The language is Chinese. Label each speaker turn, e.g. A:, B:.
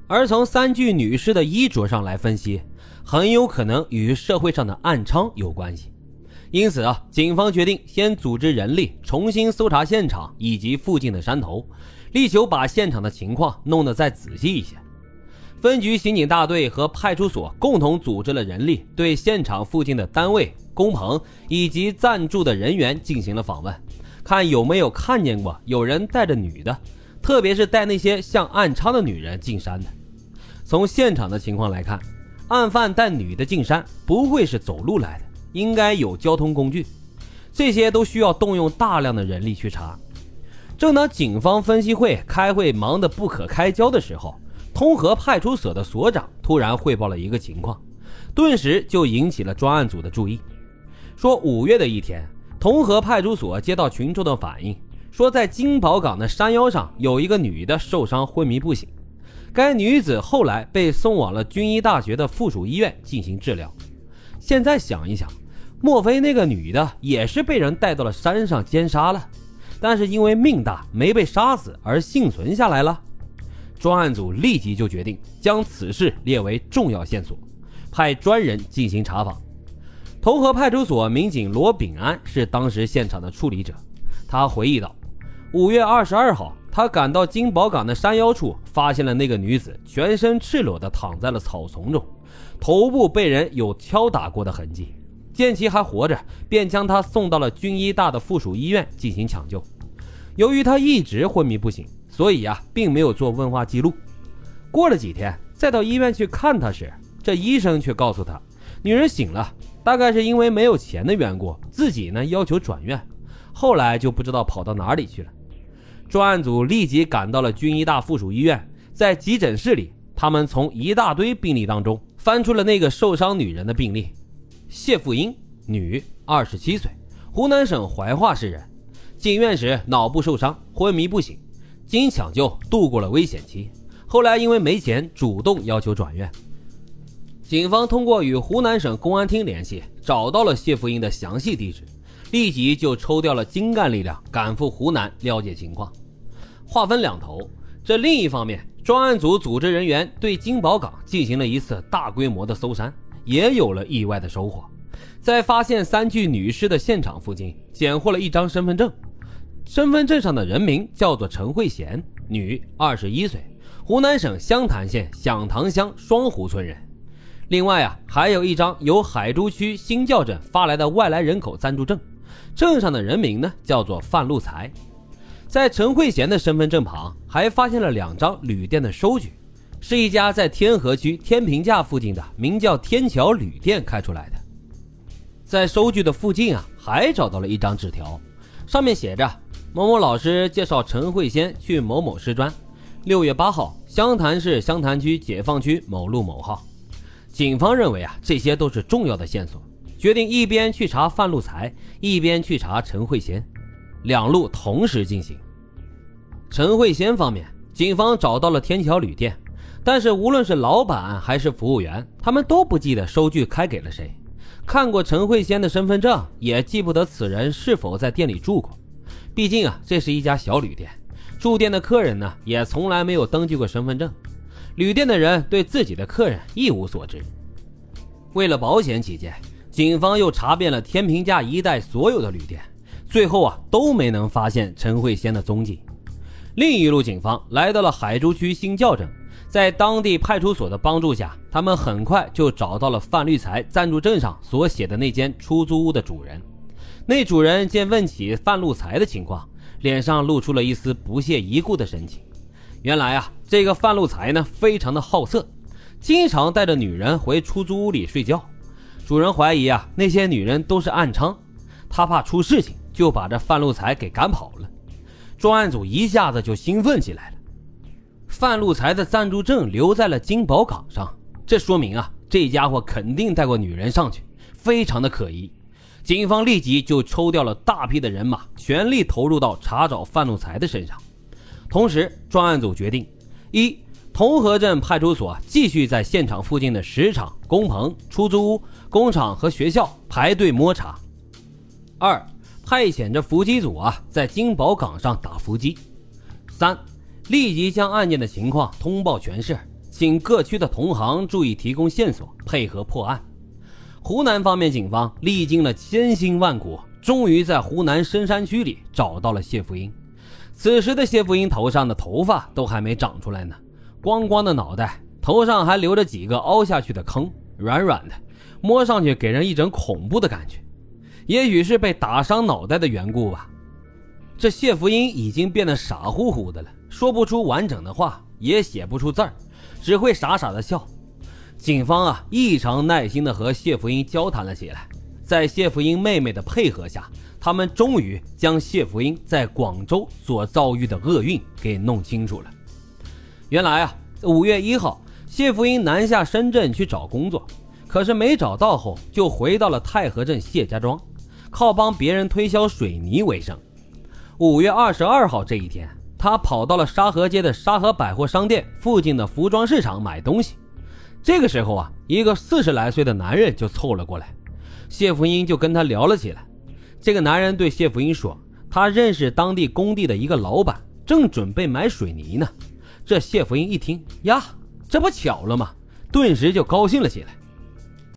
A: 而从三具女尸的衣着上来分析，很有可能与社会上的暗娼有关系。因此警方决定先组织人力重新搜查现场以及附近的山头，力求把现场的情况弄得再仔细一些。分局刑警大队和派出所共同组织了人力，对现场附近的单位、工棚以及暂住的人员进行了访问，看有没有看见过有人带着女的，特别是带那些像暗娼的女人进山的。从现场的情况来看，案犯带女的进山不会是走路来的，应该有交通工具，这些都需要动用大量的人力去查。正当警方分析会开会忙得不可开交的时候，通河派出所的所长突然汇报了一个情况，顿时就引起了专案组的注意。说5月的一天，通河派出所接到群众的反映，说在金宝岗的山腰上有一个女的受伤昏迷不醒，该女子后来被送往了军医大学的附属医院进行治疗。现在想一想，莫非那个女的也是被人带到了山上奸杀了，但是因为命大没被杀死而幸存下来了？专案组立即就决定将此事列为重要线索，派专人进行查访。同河派出所民警罗炳安是当时现场的处理者，他回忆道，5月22号他赶到金宝岗的山腰处，发现了那个女子全身赤裸地躺在了草丛中，头部被人有敲打过的痕迹，见其还活着，便将她送到了军医大的附属医院进行抢救。由于她一直昏迷不醒，所以并没有做问话记录。过了几天，再到医院去看她时，这医生却告诉她，女人醒了，大概是因为没有钱的缘故，自己呢要求转院，后来就不知道跑到哪里去了。专案组立即赶到了军医大附属医院，在急诊室里，他们从一大堆病例当中翻出了那个受伤女人的病例。谢富英，女，27岁，湖南省怀化市人，进院时脑部受伤，昏迷不醒，经抢救度过了危险期，后来因为没钱主动要求转院。警方通过与湖南省公安厅联系，找到了谢富英的详细地址，立即就抽调了精干力量赶赴湖南了解情况。话分两头，这另一方面，专案组组织人员对金宝岗进行了一次大规模的搜山，也有了意外的收获。在发现3具女尸的现场附近，检获了一张身份证，身份证上的人名叫做陈慧娴，女，21岁，湖南省湘潭县响堂乡双湖村人。另外还有一张由海珠区新教镇发来的外来人口暂住证，证上的人名呢叫做范禄才。在陈慧娴的身份证旁还发现了2张旅店的收据，是一家在天河区天平架附近的名叫天桥旅店开出来的。在收据的附近还找到了一张纸条，上面写着某某老师介绍陈慧娴去某某师专，6月8号湘潭市湘潭区解放区某路某号。警方认为这些都是重要的线索，决定一边去查范禄才，一边去查陈慧娴，两路同时进行。陈慧娴方面，警方找到了天桥旅店，但是无论是老板还是服务员，他们都不记得收据开给了谁，看过陈慧娴的身份证，也记不得此人是否在店里住过。毕竟这是一家小旅店，住店的客人呢也从来没有登记过身份证，旅店的人对自己的客人一无所知。为了保险起见，警方又查遍了天平架一带所有的旅店，最后都没能发现陈慧娴的踪迹。另一路警方来到了海珠区新教镇，在当地派出所的帮助下，他们很快就找到了范禄才暂住证上所写的那间出租屋的主人。那主人见问起范禄才的情况，脸上露出了一丝不屑一顾的神情。原来这个范禄才呢非常的好色，经常带着女人回出租屋里睡觉。主人怀疑那些女人都是暗娼，他怕出事情，就把这范禄才给赶跑了。专案组一下子就兴奋起来了。范禄才的暂住证留在了金宝岗上，这说明这家伙肯定带过女人上去，非常的可疑。警方立即就抽调了大批的人马，全力投入到查找范禄才的身上。同时，专案组决定：一、同河镇派出所继续在现场附近的石场、工棚、出租屋、工厂和学校排队摸查；二、派遣着伏击组在金宝岗上打伏击；三、立即将案件的情况通报全市， 请各区的同行注意提供线索，配合破案。湖南方面警方历经了千辛万苦，终于在湖南深山区里找到了谢福英。此时的谢福英头上的头发都还没长出来呢，光光的脑袋，头上还留着几个凹下去的坑，软软的，摸上去给人一种恐怖的感觉。也许是被打伤脑袋的缘故吧。这谢福英已经变得傻乎乎的了，说不出完整的话，也写不出字儿，只会傻傻的笑。警方异常耐心地和谢福英交谈了起来。在谢福英妹妹的配合下，他们终于将谢福英在广州所遭遇的厄运给弄清楚了。原来5月1号，谢福英南下深圳去找工作，可是没找到后就回到了太和镇谢家庄，靠帮别人推销水泥为生。5月22号这一天，他跑到了沙河街的沙河百货商店附近的服装市场买东西。这个时候一个40来岁的男人就凑了过来，谢福英就跟他聊了起来。这个男人对谢福英说，他认识当地工地的一个老板，正准备买水泥呢。这谢福英一听呀，这不巧了吗？顿时就高兴了起来。